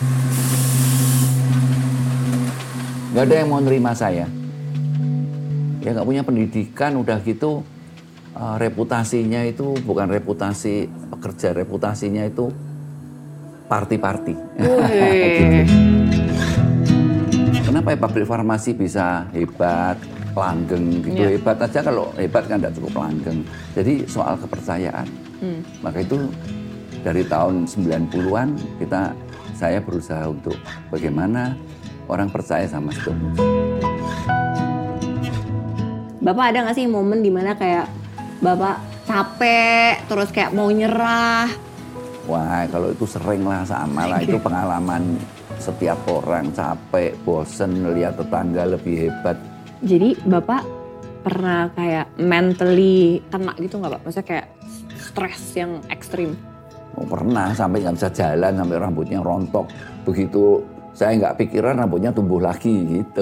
Nggak ada yang mau nerima saya. Ya nggak punya pendidikan, udah gitu reputasinya itu bukan reputasi pekerja, reputasinya itu party-party. Gitu. Kenapa ya pabrik farmasi bisa hebat, langgeng gitu, hebat aja, kalau hebat kan nggak cukup langgeng. Jadi soal kepercayaan. Maka itu dari tahun 90-an saya berusaha untuk bagaimana orang percaya sama Sido Muncul. Bapak ada nggak sih momen dimana kayak Bapak capek, terus kayak mau nyerah? Wah, kalau itu sering lah, sama lah. Itu pengalaman setiap orang, capek, bosen, lihat tetangga lebih hebat. Jadi Bapak pernah kayak mentally kena gitu nggak Pak? Maksudnya kayak stres yang ekstrim? Oh, pernah, sampai nggak bisa jalan, sampai rambutnya rontok. Begitu saya nggak pikiran, rambutnya tumbuh lagi gitu.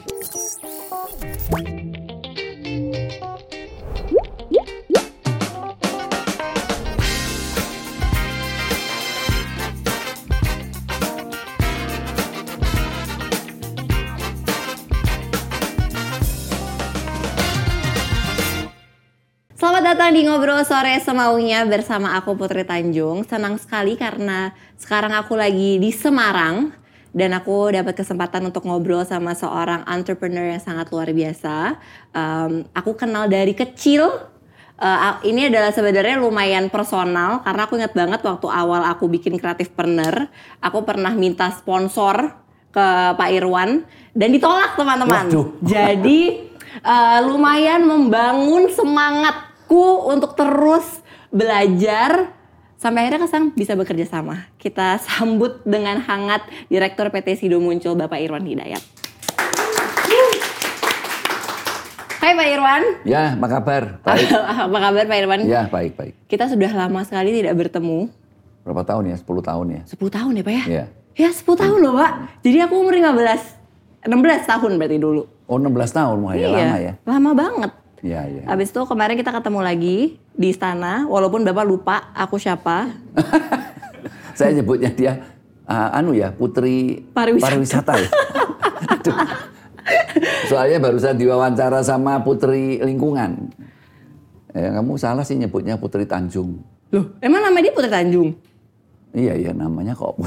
Selamat datang di Ngobrol Sore Semaunya bersama aku Putri Tanjung. Senang sekali karena sekarang aku lagi di Semarang dan aku dapat kesempatan untuk ngobrol sama seorang entrepreneur yang sangat luar biasa. Aku kenal dari kecil. Ini adalah sebenarnya lumayan personal karena aku ingat banget waktu awal aku bikin Creativepreneur, aku pernah minta sponsor ke Pak Irwan dan ditolak teman-teman. Waduh. Jadi lumayan membangun semangatku untuk terus belajar sampai akhirnya kesan bisa bekerja sama. Kita sambut dengan hangat Direktur PT Sido Muncul Bapak Irwan Hidayat. Hai Pak Irwan. Ya, apa kabar? Baik. Apa kabar Pak Irwan? Ya, baik. Kita sudah lama sekali tidak bertemu. Berapa tahun ya? 10 tahun ya? 10 tahun ya Pak ya? Iya. Ya 10 tahun loh Pak. Jadi aku umur 16 tahun berarti dulu. Oh, 16 tahun, wah ya, lama ya? Lama banget. Iya. Habis itu kemarin kita ketemu lagi di istana, walaupun Bapak lupa aku siapa. Saya nyebutnya dia, Putri Pariwisata ya? Aduh. Soalnya barusan diwawancara sama Putri Lingkungan. Ya, kamu salah sih nyebutnya Putri Tanjung. Loh, emang nama dia Putri Tanjung? Iya, namanya kok.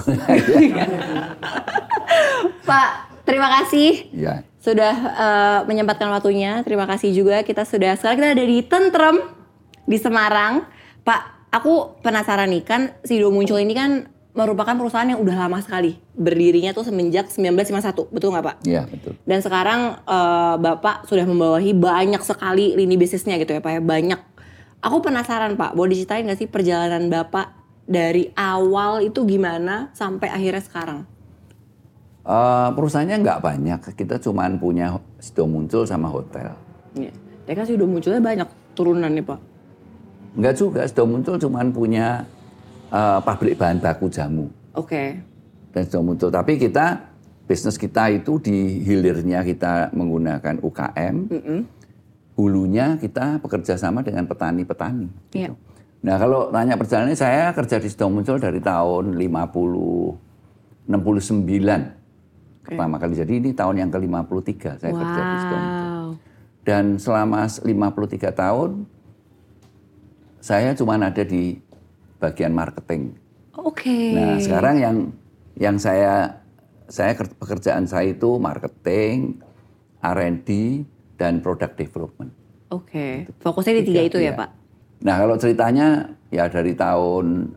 Pak, terima kasih. Iya. Sudah menyempatkan waktunya. Terima kasih juga sekarang kita ada di Tentrem di Semarang. Pak, aku penasaran nih, kan Sido Muncul ini kan merupakan perusahaan yang udah lama sekali. Berdirinya tuh semenjak 1951, betul nggak Pak? Iya, betul. Dan sekarang Bapak sudah membawahi banyak sekali lini bisnisnya gitu ya Pak ya, banyak. Aku penasaran Pak, boleh diceritain nggak sih perjalanan Bapak dari awal itu gimana sampai akhirnya sekarang? Perusahaannya nggak banyak, kita cuma punya Sido Muncul sama hotel. Iya. Ya kan Sido Munculnya banyak turunan nih Pak. Nggak juga, Sido Muncul cuma punya pabrik bahan baku jamu. Oke. Dan Sido Muncul, tapi bisnis kita itu di hilirnya kita menggunakan UKM, hulunya kita bekerja sama dengan petani-petani. Gitu. Iya. Nah kalau tanya perjalanannya, saya kerja di Sido Muncul dari tahun 69. Pertama kali, jadi ini tahun yang ke-53 saya kerja di Sido Muncul. Dan selama 53 tahun, saya cuma ada di bagian marketing. Oke. Nah sekarang yang pekerjaan saya itu marketing, R&D, dan product development. Oke. Fokusnya di tiga itu ya Pak? Nah kalau ceritanya ya dari tahun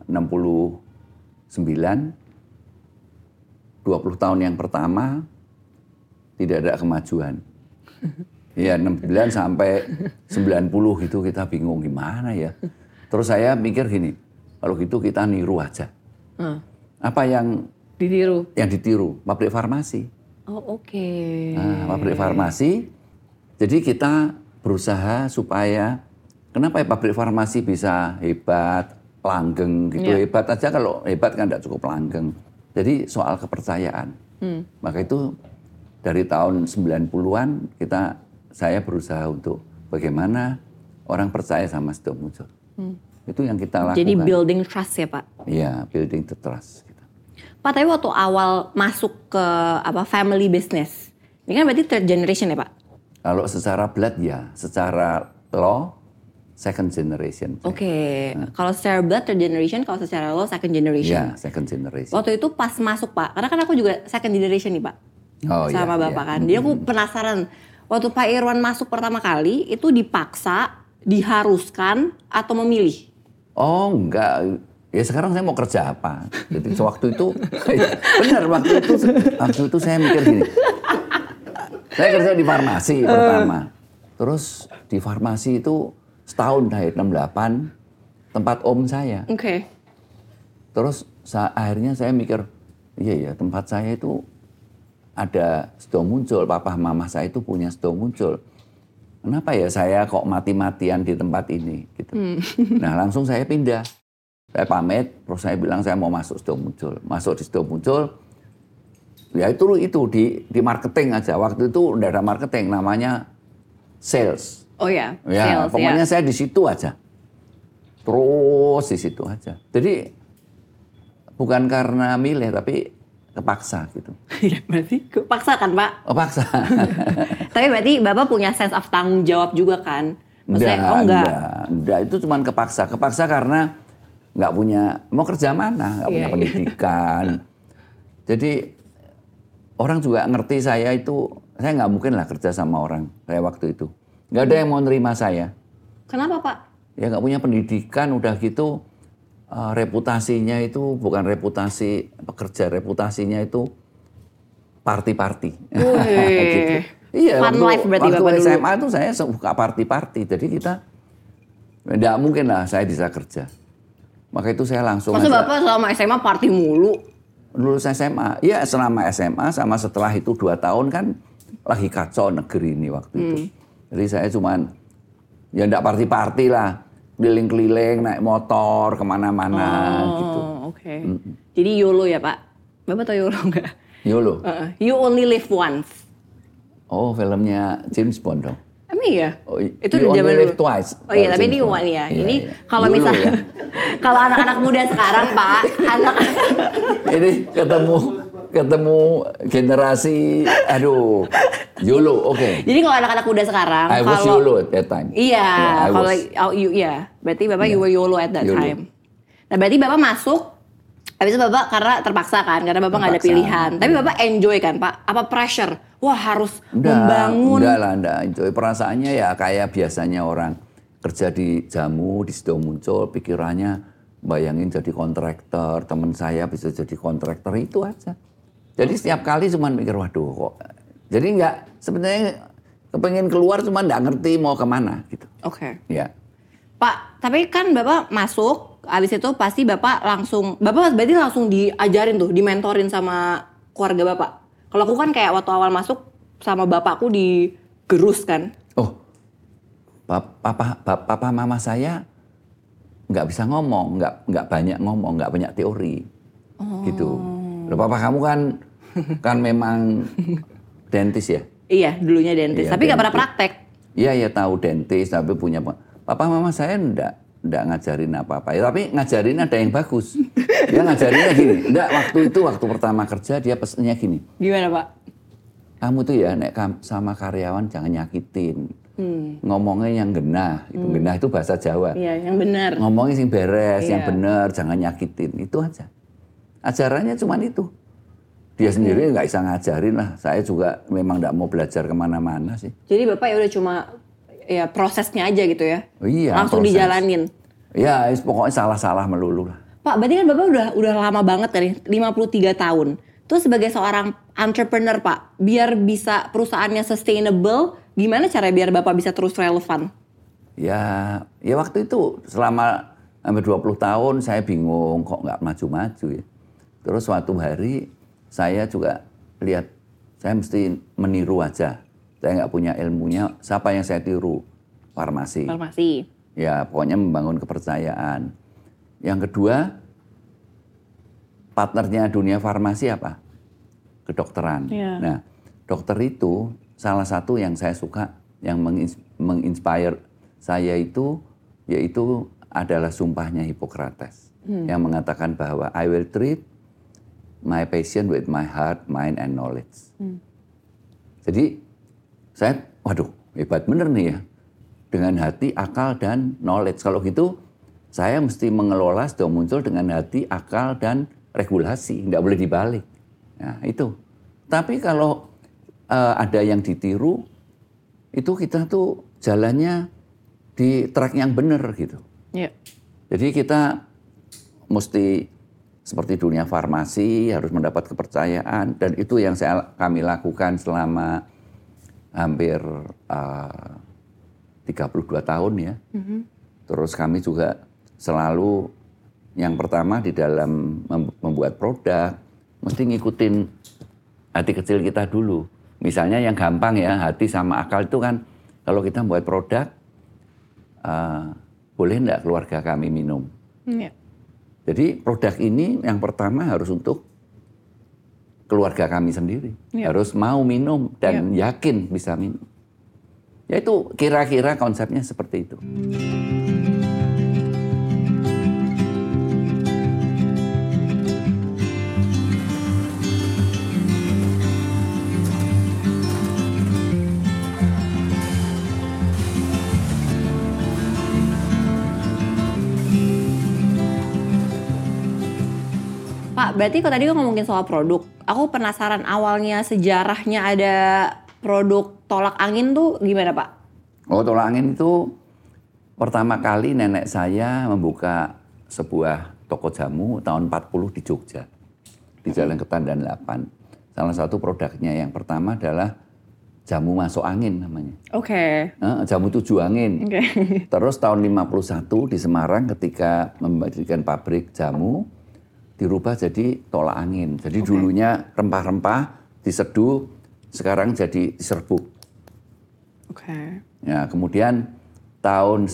69, 20 tahun yang pertama tidak ada kemajuan. Ya 69 sampai 90 gitu kita bingung gimana ya. Terus saya mikir gini, kalau gitu kita niru aja. Apa yang ditiru? Yang ditiru, pabrik farmasi. Oh oke. Nah, pabrik farmasi, jadi kita berusaha supaya, kenapa ya pabrik farmasi bisa hebat, langgeng gitu. Hebat aja, kalau hebat kan tidak cukup langgeng. Jadi soal kepercayaan. Maka itu dari tahun 90-an saya berusaha untuk bagaimana orang percaya sama Sido Muncul. Itu yang kita lakukan. Jadi building trust ya Pak? Iya, building the trust. Gitu. Pak, tapi waktu awal masuk ke family business, ini kan berarti third generation ya Pak? Kalau secara blood ya, secara law second generation. Oke. Kalau secara blood third generation, kalau secara law second generation. Ya, second generation. Waktu itu pas masuk Pak, karena kan aku juga second generation nih Pak, sama Bapak kan. Jadi aku penasaran, waktu Pak Irwan masuk pertama kali, itu dipaksa, diharuskan, atau memilih? Oh enggak, ya sekarang saya mau kerja apa? Jadi waktu itu, benar waktu itu saya mikir gini. Saya kerja di farmasi pertama. Terus di farmasi itu setahun dari 68, tempat om saya. Oke. Terus akhirnya saya mikir, iya ya tempat saya itu ada Sido Muncul, papa mama saya itu punya Sido Muncul. Kenapa ya saya kok mati-matian di tempat ini? Gitu. Nah langsung saya pindah. Saya pamit, terus saya bilang saya mau masuk Sido Muncul. Masuk di Sido Muncul, ya itu di marketing aja. Waktu itu udah ada marketing, namanya sales. Oh ya, Ya, sales, pokoknya ya. saya di situ aja. Terus di situ aja. Jadi bukan karena milih, tapi kepaksa gitu. Ya, berarti kepaksa kan Pak? Kepaksa. Tapi berarti Bapak punya sense of tanggung jawab juga kan? Maksudnya, Enggak. Itu cuma kepaksa. Kepaksa karena nggak punya, mau kerja mana, nggak punya pendidikan. Jadi orang juga ngerti saya itu, saya nggak mungkin lah kerja sama orang kayak waktu itu. Nggak ada yang mau nerima saya. Kenapa Pak? Ya nggak punya pendidikan, udah gitu reputasinya itu bukan reputasi pekerja, reputasinya itu party-party. Gitu. Iya, Fun life berarti waktu Bapak SMA dulu. itu saya suka party-party, jadi kita nggak mungkin lah saya bisa kerja. Maka itu saya langsung Maksud Bapak selama SMA party mulu? lulus SMA. Ya selama SMA sama setelah itu 2 tahun kan lagi kacau negeri ini waktu itu. Jadi saya cuman ya enggak party-party lah. Keliling-keliling, naik motor, kemana-mana gitu. Oke. Jadi YOLO ya Pak? Bapak tahu YOLO nggak? YOLO. You only live once. Oh filmnya James Bond dong. Emang iya? Oh, Itu You di zaman Only Live dulu. Twice. Oh iya, tapi James ini Bond. one ya. Iya, Ini iya. kalau YOLO misalnya ya. kalau anak-anak muda sekarang Pak, anak Ini ketemu generasi, aduh, YOLO, oke. Jadi kalau anak-anak muda sekarang, I was kalau YOLO at that time. iya, Yeah, I kalau was. berarti Bapak you were YOLO at that YOLO. time. Nah berarti Bapak masuk, habis itu Bapak karena terpaksa kan, karena Bapak nggak ada Terpaksa. pilihan. Tapi Bapak enjoy kan Pak? Apa pressure? Wah harus Enggak membangun. enggak enjoy. Perasaannya ya kayak biasanya orang kerja di jamu, di Sido Muncul, pikirannya bayangin jadi kontraktor, teman saya bisa jadi kontraktor, itu aja. Jadi setiap kali cuma mikir, waduh kok. Jadi enggak, sebenarnya kepengen keluar cuma enggak ngerti mau kemana gitu. Oke. Ya. Pak, tapi kan Bapak masuk, habis itu pasti Bapak berarti langsung diajarin tuh, dimentorin sama keluarga Bapak. Kalau aku kan kayak waktu awal masuk sama bapakku digerus kan. Oh, papa mama saya nggak bisa ngomong, nggak banyak ngomong, nggak banyak teori, gitu. Loh, papa kamu kan memang dentis ya? Iya, dulunya dentis, Iya, tapi nggak pernah dentis. praktek. Iya ya tahu dentis, tapi punya papa mama saya ndak ngajarin apa-apa. Ya, tapi ngajarin ada yang bagus. Dia ngajarinnya gini. Waktu pertama kerja dia pesennya gini. Gimana Pak? Kamu tuh ya nek sama karyawan jangan nyakitin. Ngomongnya yang genah. Genah itu bahasa Jawa. Iya, yang benar. Ngomongnya yang beres, yang Iya. benar, jangan nyakitin. Itu aja. Ajarannya cuma itu. Dia sendiri nggak bisa ngajarin lah. Saya juga memang nggak mau belajar kemana-mana sih. Jadi Bapak ya udah cuma ya prosesnya aja gitu ya? Oh, iya, langsung proses. dijalanin? Ya pokoknya salah-salah melulu lah. Pak, berarti kan Bapak udah lama banget kan, 53 tahun. Terus sebagai seorang entrepreneur Pak, biar bisa perusahaannya sustainable, gimana cara biar Bapak bisa terus relevan? Ya waktu itu selama hampir 20 tahun saya bingung kok nggak maju-maju ya. Terus suatu hari saya juga lihat saya mesti meniru aja. Saya nggak punya ilmunya, siapa yang saya tiru? Farmasi. Farmasi. Ya pokoknya membangun kepercayaan. Yang kedua, partnernya dunia farmasi apa? Kedokteran. Iya. Nah, dokter itu salah satu yang saya suka, yang menginspire saya itu, yaitu adalah sumpahnya Hippocrates. Yang mengatakan bahwa I will treat my passion with my heart, mind, and knowledge. Jadi saya, waduh hebat bener nih ya. Dengan hati, akal, dan knowledge. Kalau gitu saya mesti mengelola sudah muncul dengan hati, akal, dan regulasi. Nggak boleh dibalik. Nah itu. Tapi kalau ada yang ditiru, itu kita tuh jalannya di track yang benar gitu. Yeah. Jadi kita mesti seperti dunia farmasi harus mendapat kepercayaan, dan itu yang kami lakukan selama hampir 32 tahun ya. Terus kami juga selalu yang pertama di dalam membuat produk mesti ngikutin hati kecil kita dulu. Misalnya yang gampang ya, hati sama akal itu kan kalau kita buat produk, boleh enggak keluarga kami minum? Yeah. Jadi produk ini yang pertama harus untuk keluarga kami sendiri. Yeah. Harus mau minum dan yakin bisa minum. Ya itu kira-kira konsepnya seperti itu. Pak, berarti kalau tadi ngomongin soal produk, aku penasaran awalnya sejarahnya ada produk tolak angin tuh gimana Pak? Oh, tolak angin itu pertama kali nenek saya membuka sebuah toko jamu tahun 40 di Jogja. Di Jalan Ketandan 8. Salah satu produknya yang pertama adalah jamu masuk angin namanya. Oke. Jamu 7 angin. Oke. Terus tahun 51 di Semarang ketika mendirikan pabrik jamu, dirubah jadi tolak angin. Jadi dulunya rempah-rempah diseduh, sekarang jadi diserbuk. Oke. Ya, kemudian tahun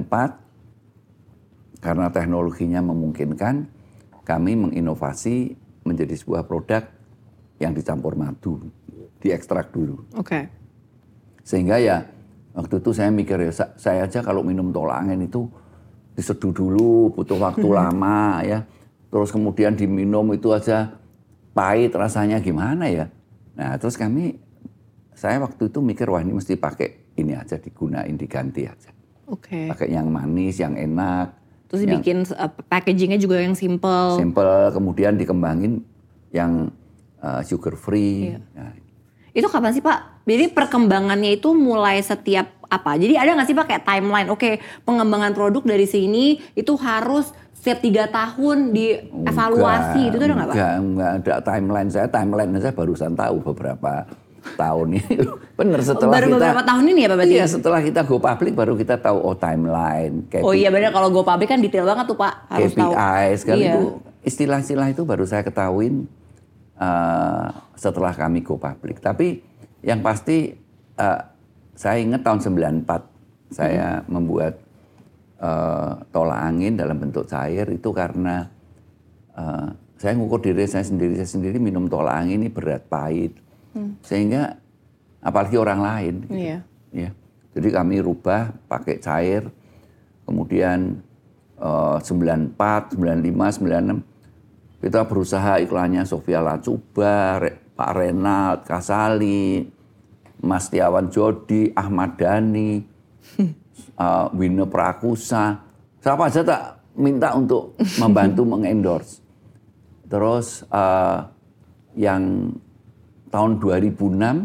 94 karena teknologinya memungkinkan, kami menginovasi menjadi sebuah produk yang dicampur madu, diekstrak dulu. Oke. Sehingga ya waktu itu saya mikir ya, saya aja kalau minum tolak angin itu diseduh dulu, butuh waktu lama ya. Terus kemudian diminum itu aja pahit rasanya gimana ya. Nah terus saya waktu itu mikir wah ini mesti pakai ini aja, digunain, diganti aja. Oke. Pakai yang manis, yang enak. Terus dibikin packagingnya juga yang simple. Simple, kemudian dikembangin yang sugar free. Iya. Nah, Itu kapan sih Pak? Jadi perkembangannya itu mulai setiap apa? Jadi ada nggak sih Pak kayak timeline? Oke, pengembangan produk dari sini itu harus setiap 3 tahun dievaluasi, itu ada nggak Pak? Enggak ada timeline. Saya timeline saya barusan tahu beberapa tahun ini. Bener setelah beberapa tahun ini ya Pak berarti? Iya, setelah kita go public baru kita tahu timeline. Oh iya benar, kalau go public kan detail banget tuh Pak. Harus tahu. KPI sekali Iya. itu istilah-istilah itu baru saya ketahuin setelah kami go public. Tapi yang pasti saya ingat tahun 94 saya membuat tolak angin dalam bentuk cair itu karena saya ngukur diri saya sendiri minum tolak angin ini berat, pahit. Sehingga apalagi orang lain. Gitu. Iya. Ya. Jadi kami rubah pakai cair. Kemudian 94, 95, 96 kita berusaha iklannya Sofia Lacuba, Pak Renald Kasali, Mas Tiawan Jodi, Ahmad Dhani, Wine Prakusa. Siapa aja tak minta untuk membantu mengendorse. Terus yang tahun 2006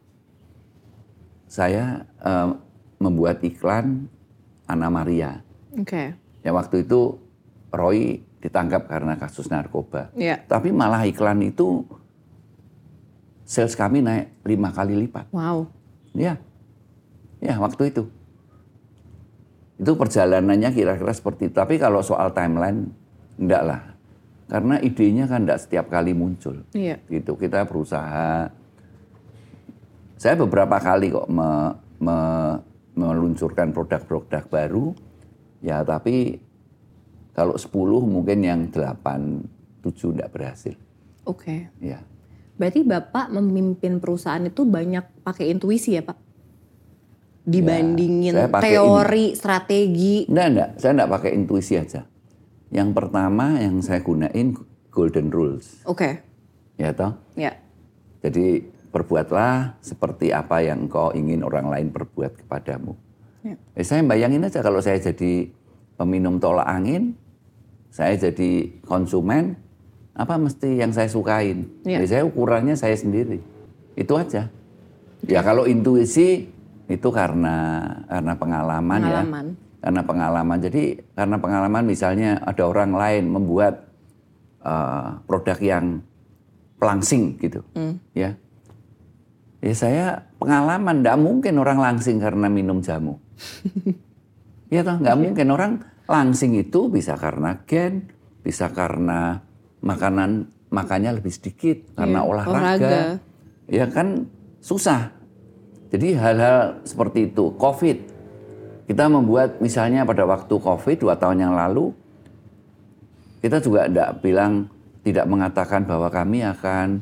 saya membuat iklan Anna Maria. Oke. Ya waktu itu Roy ditangkap karena kasus narkoba. Iya. Tapi malah iklan itu sales kami naik 5 kali lipat. Wow. Ya waktu itu. Itu perjalanannya kira-kira seperti itu. Tapi kalau soal timeline, enggak lah. Karena idenya kan enggak setiap kali muncul. Iya. Gitu, kita berusaha. Saya beberapa kali kok meluncurkan produk-produk baru. Ya tapi kalau 10 mungkin yang 8, 7 enggak berhasil. Oke. Ya. Berarti Bapak memimpin perusahaan itu banyak pakai intuisi ya Pak? Dibandingin saya pakai teori, strategi. Enggak. Saya enggak pakai intuisi aja. Yang pertama yang saya gunain golden rules. Oke. Ya toh? Ya. Jadi perbuatlah seperti apa yang engkau ingin orang lain perbuat kepadamu. Ya. Saya bayangin aja kalau saya jadi peminum tolak angin, saya jadi konsumen, apa mesti yang saya sukain? Ya. Jadi saya ukurannya saya sendiri. Itu aja. Ya kalau intuisi itu karena pengalaman ya. Karena pengalaman. Jadi karena pengalaman misalnya ada orang lain membuat produk yang langsing gitu. Ya. Ya saya pengalaman, enggak mungkin orang langsing karena minum jamu. Ya toh, enggak mungkin orang langsing itu bisa karena gen, bisa karena makannya lebih sedikit, karena olahraga. Ya kan susah. Jadi hal-hal seperti itu, COVID. Kita membuat misalnya pada waktu COVID 2 tahun yang lalu, kita juga tidak mengatakan bahwa kami akan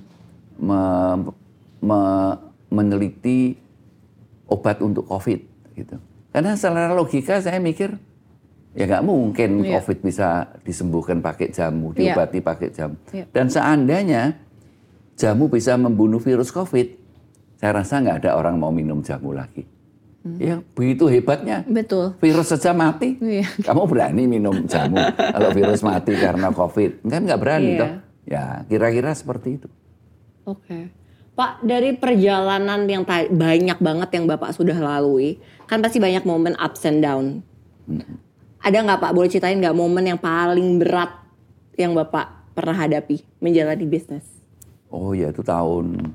meneliti obat untuk COVID. Gitu. Karena secara logika saya mikir, ya nggak mungkin COVID bisa disembuhkan pakai jamu, diobati pakai jamu. Dan seandainya jamu bisa membunuh virus COVID, saya rasa nggak ada orang mau minum jamu lagi. Ya begitu hebatnya. Betul. Virus saja mati. Kamu berani minum jamu kalau virus mati karena COVID? Kan nggak berani toh. Ya kira-kira seperti itu. Oke. Pak, dari perjalanan yang banyak banget yang Bapak sudah lalui, kan pasti banyak momen ups and down. Ada nggak Pak, boleh ceritain nggak momen yang paling berat yang Bapak pernah hadapi menjalani bisnis? Oh ya itu tahun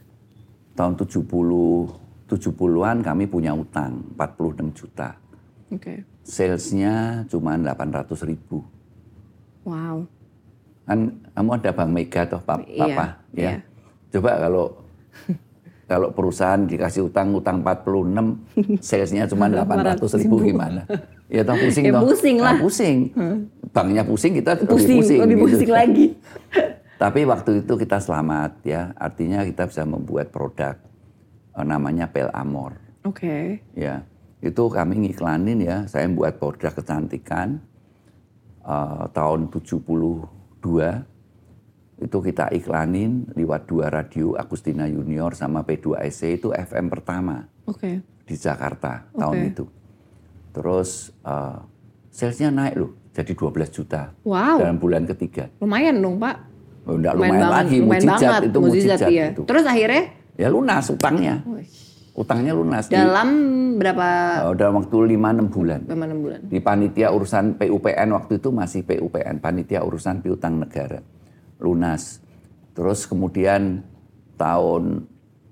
70-an kami punya utang 46 juta. Oke. Salesnya cuma 800.000. Wow. Kan kamu ada Bank Mega toh Papa ya. Iya. Coba kalau perusahaan dikasih utang 46, salesnya cuma 800.000 gimana? Ya toh pusing toh. Pusing lah. Pusing. Banknya pusing, kita lebih pusing lagi. Tapi waktu itu kita selamat ya, artinya kita bisa membuat produk namanya Pel Amor. Oke. Ya, itu kami ngiklanin ya, saya buat produk kecantikan tahun 72 itu kita iklanin lewat 2 radio Agustina Junior sama P2SC itu FM pertama di Jakarta tahun itu. Terus salesnya naik loh, jadi 12 juta dalam bulan ketiga. Lumayan dong Pak. Oh, enggak lumayan lagi, mujizat itu mujizat iya. itu. Terus akhirnya? Ya lunas utangnya. Utangnya lunas. Dalam berapa? Dalam waktu 5-6 bulan. 5-6 bulan. Di panitia urusan PUPN waktu itu masih PUPN, panitia urusan piutang negara. Lunas. Terus kemudian tahun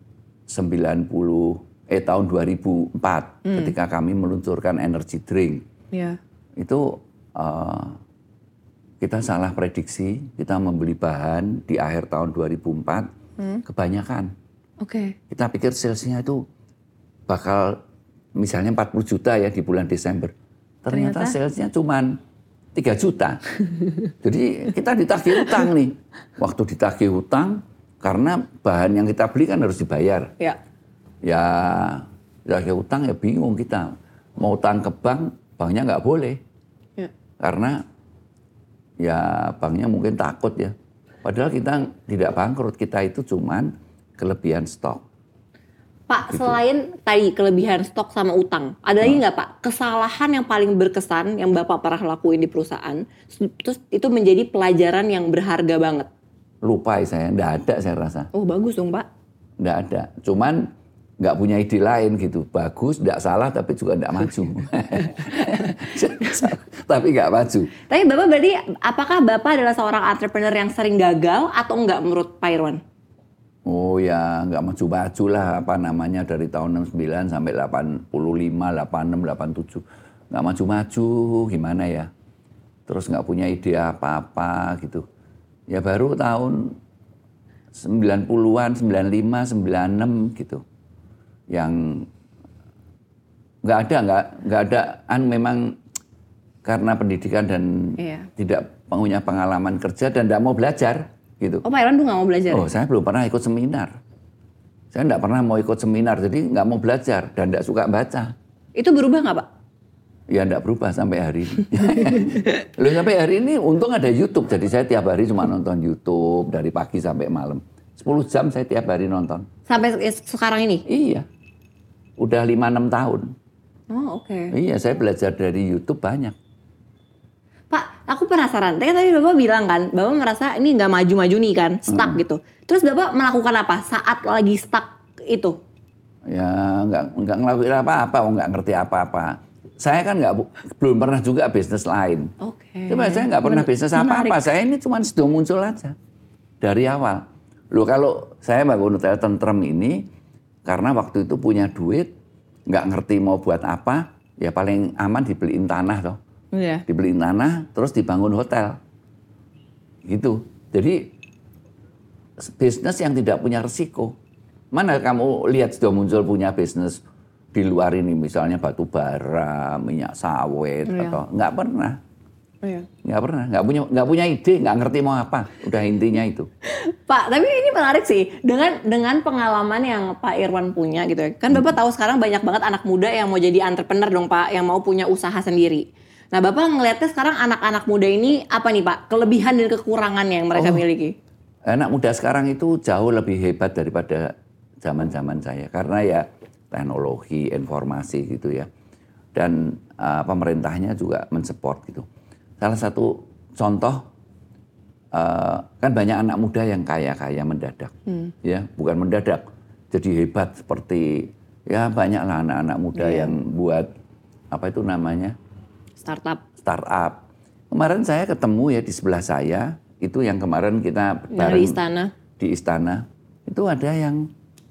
2004 ketika kami meluncurkan energy drink. Itu kita salah prediksi, kita membeli bahan di akhir tahun 2004 kebanyakan. Kita pikir salesnya itu bakal misalnya 40 juta ya di bulan Desember. Ternyata salesnya cuma 3 juta. Jadi kita ditagih utang nih. Waktu ditagih utang, karena bahan yang kita beli kan harus dibayar. Ya ditagih utang ya bingung kita. Mau utang ke bank, banknya nggak boleh. Karena ya banknya mungkin takut ya. Padahal kita tidak bangkrut, kita itu cuman kelebihan stok. Pak, gitu. Selain tadi kelebihan stok sama utang, ada lagi nggak Pak kesalahan yang paling berkesan yang Bapak pernah lakuin di perusahaan, terus itu menjadi pelajaran yang berharga banget? Lupa saya, nggak ada saya rasa. Oh bagus dong Pak. Nggak ada, cuman nggak punya ide lain gitu. Bagus, nggak salah tapi juga nggak maju. Tapi nggak maju. Tapi Bapak berarti, apakah Bapak adalah seorang entrepreneur yang sering gagal atau enggak menurut Pak Irwan? Oh ya, nggak maju-maju lah apa namanya dari tahun 69 sampai 85, 86, 87. Nggak maju-maju gimana ya. Terus nggak punya ide apa-apa gitu. Ya baru tahun 90-an, 95, 96 gitu. Yang nggak ada memang karena pendidikan dan tidak punya pengalaman kerja dan tidak mau belajar gitu. Oh Pak Irwan tuh nggak mau belajar? Oh saya belum pernah ikut seminar. Saya nggak pernah mau ikut seminar, jadi nggak mau belajar dan nggak suka baca. Itu berubah nggak Pak? Ya enggak berubah sampai hari ini. Loh, sampai hari ini untung ada YouTube. Jadi saya tiap hari cuma nonton YouTube dari pagi sampai malam. 10 jam saya tiap hari nonton. Sampai sekarang ini? Iya. Udah 5-6 tahun. Oh, oke. Iya, saya belajar dari YouTube banyak. Pak, aku penasaran. Tadi Bapak bilang kan, Bapak merasa ini nggak maju-maju nih kan, stuck gitu. Terus Bapak melakukan apa saat lagi stuck itu? Ya, nggak ngelakuin apa-apa, nggak ngerti apa-apa. Saya kan belum pernah juga bisnis lain. Oke. Coba saya nggak pernah bisnis apa-apa. Saya ini cuma sudah muncul aja dari awal. Loh, kalau saya bangun hotel tentrem ini karena waktu itu punya duit, nggak ngerti mau buat apa, ya paling aman dibeliin tanah toh. Iya. Dibeliin tanah, terus dibangun hotel. Gitu. Jadi bisnis yang tidak punya resiko. Mana kamu lihat sudah muncul punya bisnis di luar ini, misalnya batu bara, minyak sawit, atau nggak pernah. Iya. Nggak punya ide, nggak ngerti mau apa. Udah intinya itu. Pak, tapi ini menarik sih dengan pengalaman yang Pak Irwan punya gitu ya. Kan Bapak tahu sekarang banyak banget anak muda yang mau jadi entrepreneur dong Pak, yang mau punya usaha sendiri. Nah Bapak ngelihatnya sekarang anak-anak muda ini apa nih Pak? Kelebihan dan kekurangan yang mereka miliki? Anak muda sekarang itu jauh lebih hebat daripada zaman-zaman saya. Karena ya teknologi, informasi gitu ya. Dan pemerintahnya juga mensupport gitu. Salah satu contoh, kan banyak anak muda yang kaya-kaya mendadak. Ya, bukan mendadak, jadi hebat seperti, ya banyaklah anak-anak muda yang buat, apa itu namanya? Startup. Kemarin saya ketemu ya di sebelah saya, itu yang kemarin kita bareng di istana. Itu ada yang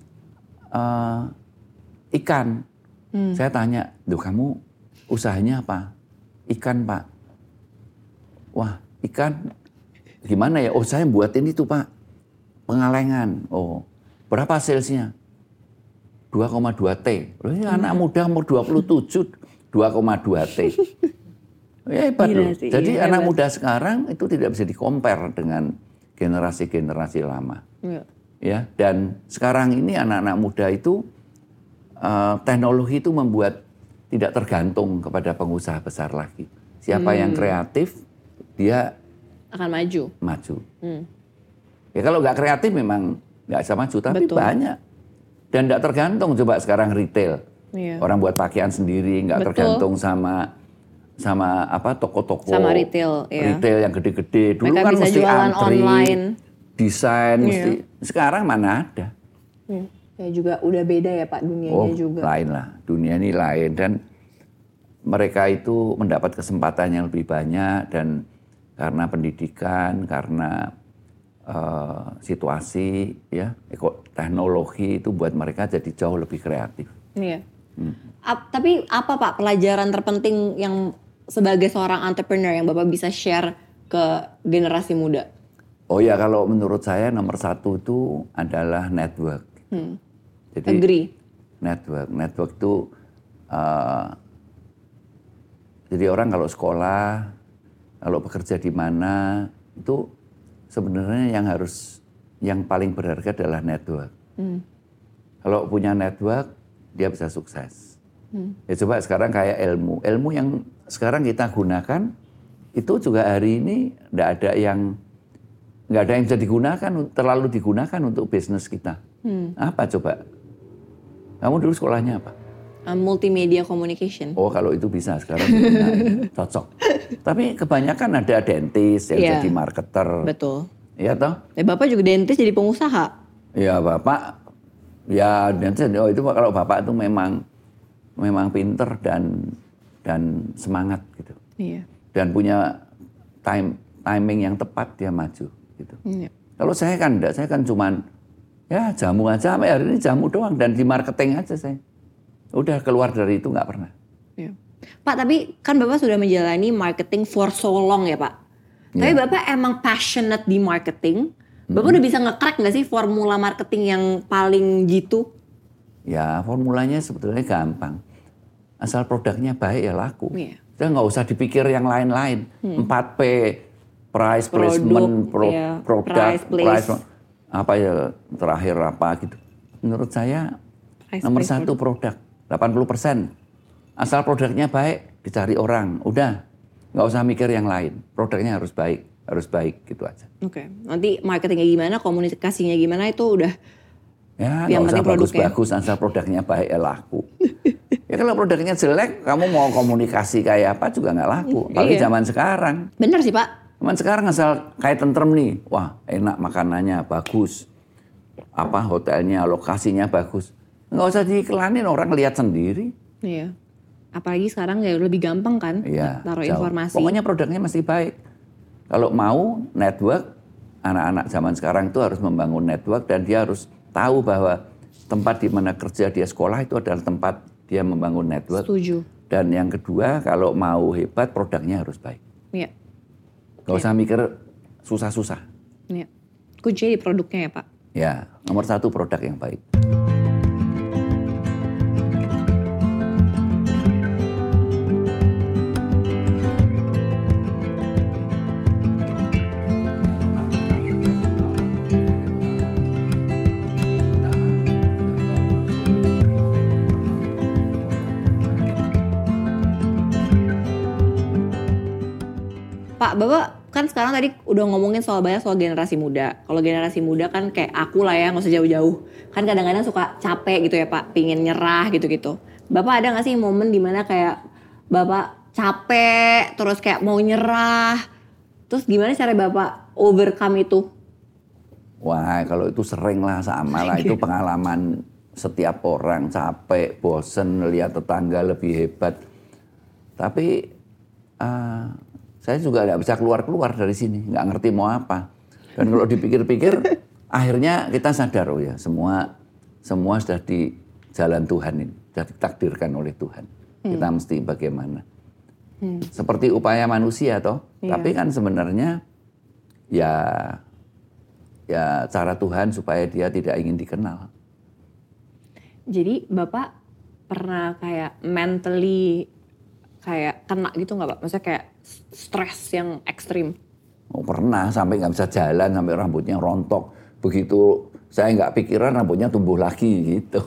ikan. Saya tanya, "Duh, kamu usahanya apa?" "Ikan, Pak." "Wah, ikan gimana ya?" "Oh, saya buatin itu, Pak. Pengalengan." "Oh, berapa salesnya?" 2,2 T. Loh, ini anak muda umur 27, 2,2 T. Ya hebat loh. Jadi anak muda sekarang itu tidak bisa di-compare dengan generasi-generasi lama. Ya, dan sekarang ini anak-anak muda itu teknologi itu membuat tidak tergantung kepada pengusaha besar lagi. Siapa yang kreatif, dia akan maju. Ya kalau nggak kreatif memang nggak bisa maju, tapi banyak. Dan nggak tergantung, coba sekarang retail. Orang buat pakaian sendiri, nggak tergantung sama apa toko-toko. Sama retail yang gede-gede. Dulu mereka kan bisa mesti jualan antri, online. desain, mesti. Sekarang mana ada. Ya juga udah beda ya Pak dunianya juga. Lain lah, dunia ini lain. Dan mereka itu mendapat kesempatan yang lebih banyak dan karena pendidikan, karena situasi, ya, teknologi itu buat mereka jadi jauh lebih kreatif. Iya. Tapi apa Pak pelajaran terpenting yang sebagai seorang entrepreneur yang Bapak bisa share ke generasi muda? Oh ya, kalau menurut saya nomor satu itu adalah network. Jadi Agree. Network itu jadi orang kalau sekolah, kalau bekerja di mana itu sebenarnya yang paling berharga adalah network. Kalau punya network dia bisa sukses. Ya coba sekarang kayak ilmu yang sekarang kita gunakan itu juga hari ini nggak ada yang bisa digunakan, terlalu digunakan untuk bisnis kita. Apa coba? Kamu dulu sekolahnya apa? Multimedia communication. Oh, kalau itu bisa sekarang cocok. Tapi kebanyakan ada dentist yang jadi marketer. Betul. Iya toh? Bapak juga dentist jadi pengusaha. Ya Bapak, ya dentist. Oh itu kalau Bapak itu memang pinter dan semangat gitu. Iya. Dan punya timing yang tepat dia maju gitu. Iya. Kalau saya kan enggak, saya kan cuman ya jamu aja, sampai hari ini jamu doang dan di marketing aja saya. Udah keluar dari itu nggak pernah. Iya. Pak, tapi kan Bapak sudah menjalani marketing for so long ya Pak. Tapi Bapak emang passionate di marketing. Bapak udah bisa nge-crack nggak sih formula marketing yang paling jitu? Ya formulanya sebetulnya gampang. Asal produknya baik ya laku. Iya. Kita nggak usah dipikir yang lain-lain. 4P, price, placement, product, price, apa ya terakhir apa gitu. Menurut saya nomor satu produk. 80%. Asal produknya baik, dicari orang, udah nggak usah mikir yang lain, produknya harus baik gitu aja. Oke. Nanti marketingnya gimana, komunikasinya gimana itu udah Ya yang nggak usah penting produknya. bagus-bagus, asal produknya baik ya laku. Ya kalau produknya jelek, kamu mau komunikasi kayak apa juga nggak laku. Apalagi Iya. zaman sekarang. Bener sih Pak. Zaman sekarang asal kayak tentrem nih, wah enak makanannya bagus, apa hotelnya, lokasinya bagus. Nggak usah diiklanin, orang lihat sendiri. Iya. Apalagi sekarang ya lebih gampang kan Iya, taruh jauh. informasi. Pokoknya produknya mesti baik. Kalau mau network, anak-anak zaman sekarang itu harus membangun network dan dia harus tahu bahwa tempat di mana kerja dia sekolah itu adalah tempat dia membangun network. Setuju. Dan yang kedua, kalau mau hebat, produknya harus baik. Iya. Gak usah mikir susah-susah. Iya. Kuncinya di produknya ya Pak. Ya, nomor satu produk yang baik. Pak, Bapak kan sekarang tadi udah ngomongin banyak soal generasi muda. Kalau generasi muda kan kayak aku lah ya, nggak usah jauh-jauh. Kan kadang-kadang suka capek gitu ya Pak, pingin nyerah gitu-gitu. Bapak ada nggak sih momen dimana kayak Bapak capek, terus kayak mau nyerah. Terus gimana cara Bapak overcome itu? Wah, kalau itu sering lah, sama lah. Itu pengalaman setiap orang, capek, bosen, lihat tetangga lebih hebat. Tapi saya juga nggak bisa keluar-keluar dari sini, nggak ngerti mau apa. Dan kalau dipikir-pikir, akhirnya kita sadar, oh ya, semua sudah di jalan Tuhan ini, sudah ditakdirkan oleh Tuhan. Kita mesti bagaimana. Seperti upaya manusia toh, tapi kan sebenarnya ya cara Tuhan supaya dia tidak ingin dikenal. Jadi Bapak pernah kayak mentally kayak kena gitu nggak Pak? Maksudnya kayak stres yang ekstrim? Oh, pernah, sampai nggak bisa jalan, sampai rambutnya rontok. Begitu saya nggak pikiran rambutnya tumbuh lagi gitu.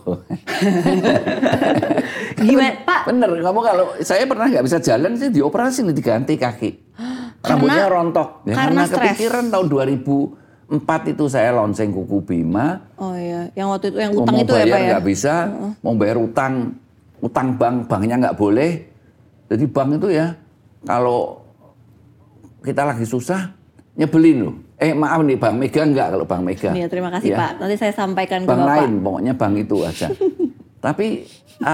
Gimana Pak? Bener, kamu kalau saya pernah nggak bisa jalan, saya dioperasi nih, diganti kaki. Rambutnya rontok. Ya, karena stres. kepikiran tahun 2004 itu saya lonceng kuku Bima. Oh iya, yang waktu itu yang utang mau itu ya bayar Pak ya? nggak bisa, mau bayar utang banknya nggak boleh. Jadi bank itu ya kalau kita lagi susah nyebelin loh. Maaf nih Bank Mega enggak, kalau Bank Mega. Iya, terima kasih Ya. Pak. Nanti saya sampaikan ke Bank Bapak. lain, pokoknya bank itu aja. Tapi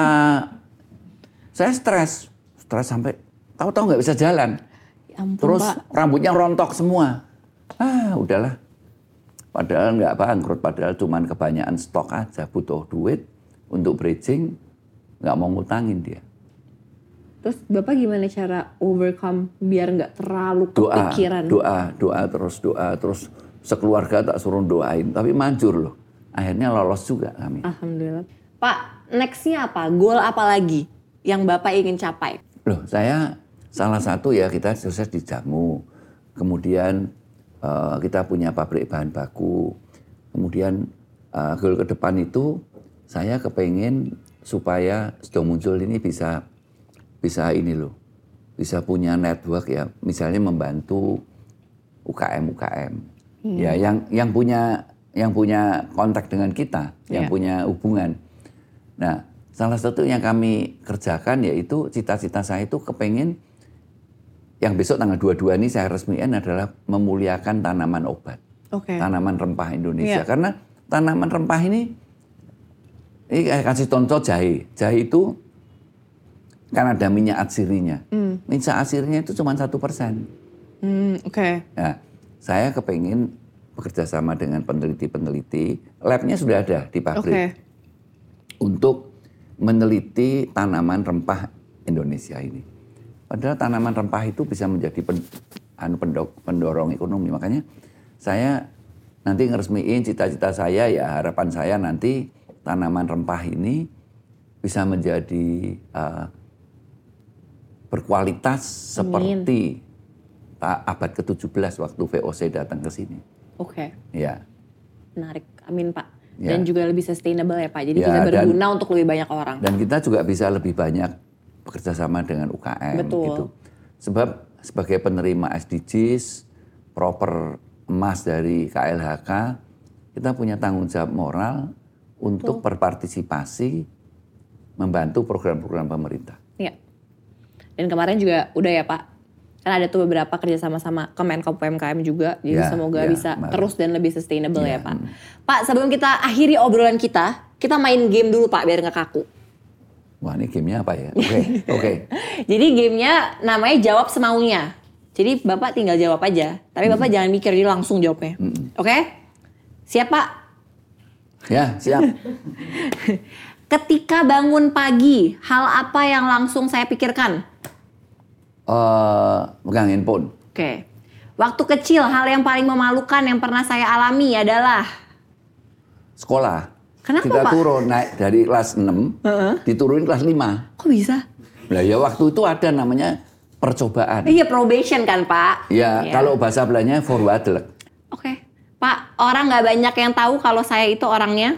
saya stres sampai tahu-tahu nggak bisa jalan. Ya ampun, Terus Pak. rambutnya rontok semua. Udahlah. Padahal nggak bangkrut, padahal cuman kebanyakan stok aja, butuh duit untuk bridging, nggak mau ngutangin dia. Terus Bapak gimana cara overcome biar nggak terlalu Doa kepikiran? terus sekeluarga tak suruh doain, tapi manjur loh. Akhirnya lolos juga kami. Alhamdulillah. Pak, nextnya apa? Goal apa lagi yang Bapak ingin capai? Loh, saya salah satu ya, kita sukses di jamu. Kemudian kita punya pabrik bahan baku. Kemudian goal ke depan itu saya kepengen supaya Sido Muncul ini bisa ini loh. Bisa punya network ya, misalnya membantu UKM. Ya, yang punya kontak dengan kita, yang punya hubungan. Nah, salah satu yang kami kerjakan yaitu cita-cita saya itu kepengen yang besok tanggal 22 ini saya resmikan adalah memuliakan tanaman obat. Tanaman rempah Indonesia. Karena tanaman rempah ini kasih contoh jahe. Jahe itu kan ada minyak atsirinya. Minyak atsirinya itu cuma 1%. Nah, saya kepengen bekerja sama dengan peneliti-peneliti. Labnya sudah ada di pabrik. Untuk meneliti tanaman rempah Indonesia ini. Padahal tanaman rempah itu bisa menjadi pendorong ekonomi. Makanya saya nanti ngeresmiin cita-cita saya, ya harapan saya nanti tanaman rempah ini bisa menjadi berkualitas seperti abad ke-17 waktu VOC datang ke sini. Ya. Menarik, amin Pak. Ya. Dan juga lebih sustainable ya Pak. Jadi bisa berguna untuk lebih banyak orang. Dan kita juga bisa lebih banyak bekerja sama dengan UKM Betul. gitu. Sebab sebagai penerima SDGs, proper emas dari KLHK, kita punya tanggung jawab moral untuk berpartisipasi membantu program-program pemerintah. Iya. Dan kemarin juga udah ya Pak, kan ada tuh beberapa kerjasama sama Kemenko PMKM juga, jadi Ya, semoga ya, bisa baik. terus dan lebih sustainable ya Ya. Pak. Pak, sebelum kita akhiri obrolan kita main game dulu Pak biar nggak kaku. Wah, ini gamenya apa ya? Oke. Jadi gamenya namanya jawab semaunya. Jadi Bapak tinggal jawab aja, tapi Bapak jangan mikir, jadi langsung jawabnya. Oke? Siap Pak? Ya, siap. Ketika bangun pagi, hal apa yang langsung saya pikirkan? Pegang handphone. Oke. Waktu kecil, hal yang paling memalukan yang pernah saya alami adalah? Sekolah. Kenapa, Kita Pak? turun naik dari kelas 6, diturunin kelas 5. Kok bisa? Lah ya waktu itu ada namanya percobaan. Iya, probation kan Pak? Ya, Iya. kalau bahasa Belandanya voorwaardelijk. Oke. Pak, orang nggak banyak yang tahu kalau saya itu orangnya?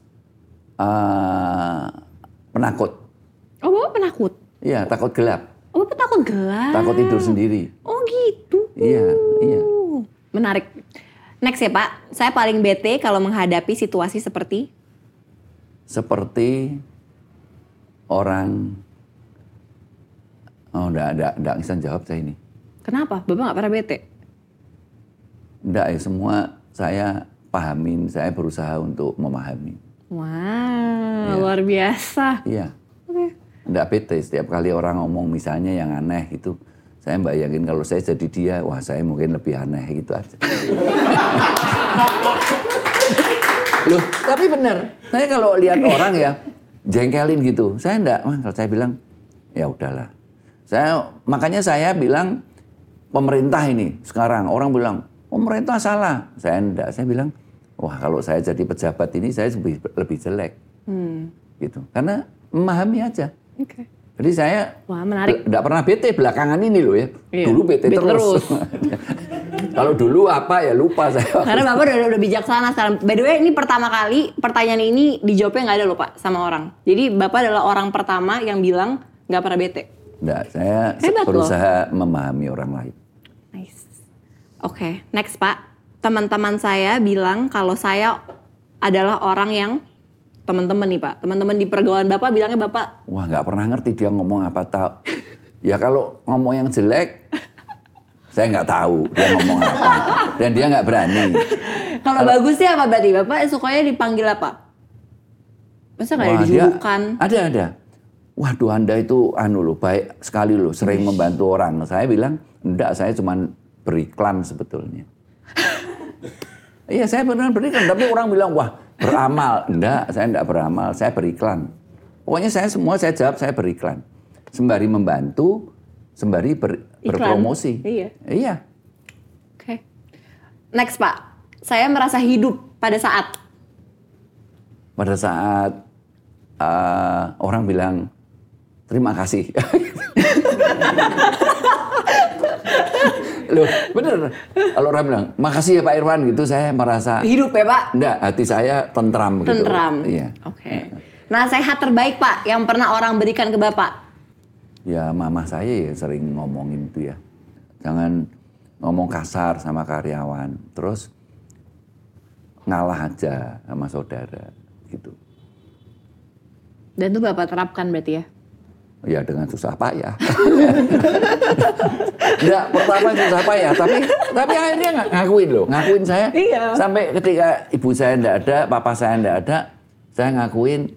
Penakut. Oh, Bapak penakut? Iya, takut gelap. Oh, Bapak takut gelap? Takut tidur sendiri. Oh gitu. Iya. Menarik. Next ya Pak, saya paling bete kalau menghadapi situasi seperti? Seperti orang... Oh, enggak bisa jawab saya ini. Kenapa? Bapak nggak pernah bete? Enggak ya, semua saya pahamin, saya berusaha untuk memahami. Wah, Iya. luar biasa. Iya. Oke. Enggak bete, setiap kali orang ngomong misalnya yang aneh gitu, saya bayangin kalau saya jadi dia, wah saya mungkin lebih aneh gitu aja. Loh, tapi benar. Saya kalau lihat orang ya jengkelin gitu, saya enggak, kalau saya bilang ya udahlah. Makanya saya bilang pemerintah ini sekarang orang bilang pemerintah salah. Saya enggak, saya bilang wah kalau saya jadi pejabat ini saya lebih jelek. Gitu. Karena memahami aja. Oke. Jadi saya Wah, menarik. enggak pernah bete belakangan ini loh ya. Iya, Dulu bete bete terus. Kalau dulu apa ya lupa saya. Karena Bapak udah bijaksana sekarang. By the way, ini pertama kali pertanyaan ini dijawabnya nggak ada loh Pak sama orang. Jadi Bapak adalah orang pertama yang bilang nggak pernah bete. Enggak, saya Hebat berusaha memahami orang lain. Nice. Oke, next Pak. Teman-teman saya bilang kalau saya adalah orang yang teman-teman nih Pak. Teman-teman di pergaulan Bapak bilangnya Bapak Wah, nggak pernah ngerti dia ngomong apa tahu. Ya kalau ngomong yang jelek, saya nggak tahu dia ngomong apa. Dan dia nggak berani. kalau bagusnya apa berarti? Bapak sukanya dipanggil apa? Masa nggak ada Wah, dijulukan? Ada. Waduh, Anda itu loh, baik sekali loh, sering membantu orang. Saya bilang, enggak, saya cuma beriklan sebetulnya. Iya, saya benar beriklan, tapi orang bilang, wah, beramal. Enggak, saya enggak beramal, saya beriklan. Pokoknya saya jawab saya beriklan. Sembari membantu, sembari berpromosi. Iya. Iya. Oke. Next Pak, saya merasa hidup pada saat Pada saat orang bilang, terima kasih. Loh, bener. Kalau orang bilang, makasih ya Pak Irwan gitu, saya merasa hidup ya Pak? enggak, hati saya tentram gitu. Tentram. Iya. Oke. Nasihat terbaik Pak yang pernah orang berikan ke Bapak? Ya mama saya ya sering ngomongin itu ya. Jangan ngomong kasar sama karyawan. Terus ngalah aja sama saudara gitu. Dan itu Bapak terapkan berarti ya? Ya dengan susah payah. Enggak, pertama susah payah, tapi akhirnya ngakuin loh, ngakuin saya. Iya. Sampai ketika ibu saya enggak ada, papa saya enggak ada, saya ngakuin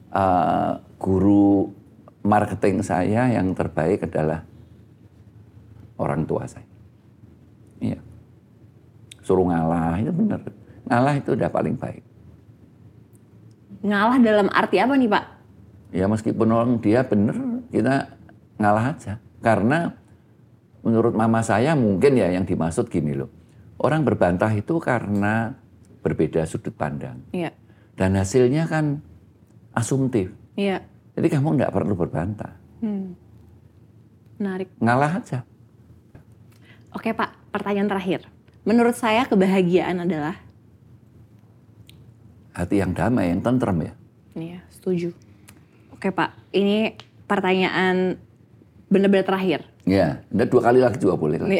guru marketing saya yang terbaik adalah orang tua saya. Iya. Suruh ngalah, itu benar. Ngalah itu udah paling baik. Ngalah dalam arti apa nih Pak? Ya meskipun orang dia benar, kita ngalah aja. Karena menurut mama saya mungkin ya yang dimaksud gini loh. Orang berbantah itu karena berbeda sudut pandang. Iya. Dan hasilnya kan asumtif. Iya. Jadi kamu nggak perlu berbantah. Menarik. Ngalah aja. Oke Pak, pertanyaan terakhir. Menurut saya kebahagiaan adalah? Hati yang damai, yang tentrem ya. Iya, setuju. Oke Pak, ini pertanyaan benar-benar terakhir. Ya, 2 kali lagi juga boleh lah.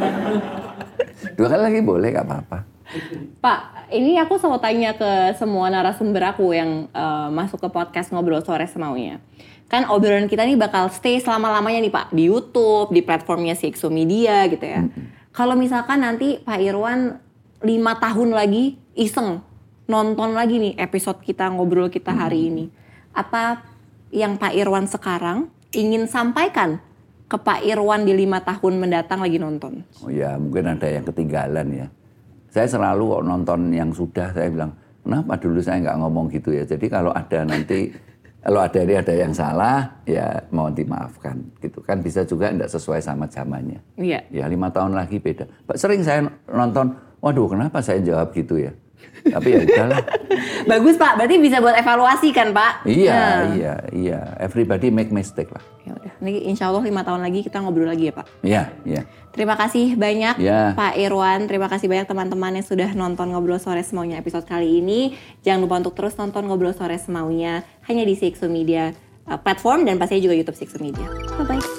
2 kali lagi boleh, gak apa-apa. Pak, ini aku selalu tanya ke semua narasumber aku yang masuk ke podcast Ngobrol Sore Semaunya. Kan obrolan kita nih bakal stay selama-lamanya nih Pak, di YouTube, di platformnya CXO Media gitu ya. Kalau misalkan nanti Pak Irwan 5 tahun lagi iseng nonton lagi nih episode kita ngobrol kita hari ini, apa yang Pak Irwan sekarang ingin sampaikan ke Pak Irwan di 5 tahun mendatang lagi nonton? Oh ya, mungkin ada yang ketinggalan ya. Saya selalu nonton yang sudah, saya bilang, kenapa dulu saya nggak ngomong gitu ya. Jadi kalau ada nanti, kalau ada yang salah, ya mohon dimaafkan. Gitu kan, bisa juga nggak sesuai sama zamannya. Iya. Ya 5 tahun lagi beda. Sering saya nonton, waduh kenapa saya jawab gitu ya. Tapi ya udahlah. Bagus Pak, berarti bisa buat evaluasi kan Pak? Iya. Everybody make mistake lah. Ya udah, ini insya Allah 5 tahun lagi kita ngobrol lagi ya Pak. Iya. Terima kasih banyak Ya. Pak Irwan, terima kasih banyak teman-teman yang sudah nonton Ngobrol Sore Semaunya episode kali ini. Jangan lupa untuk terus nonton Ngobrol Sore Semaunya hanya di CXO Media platform dan pastinya juga YouTube CXO Media. Bye-bye.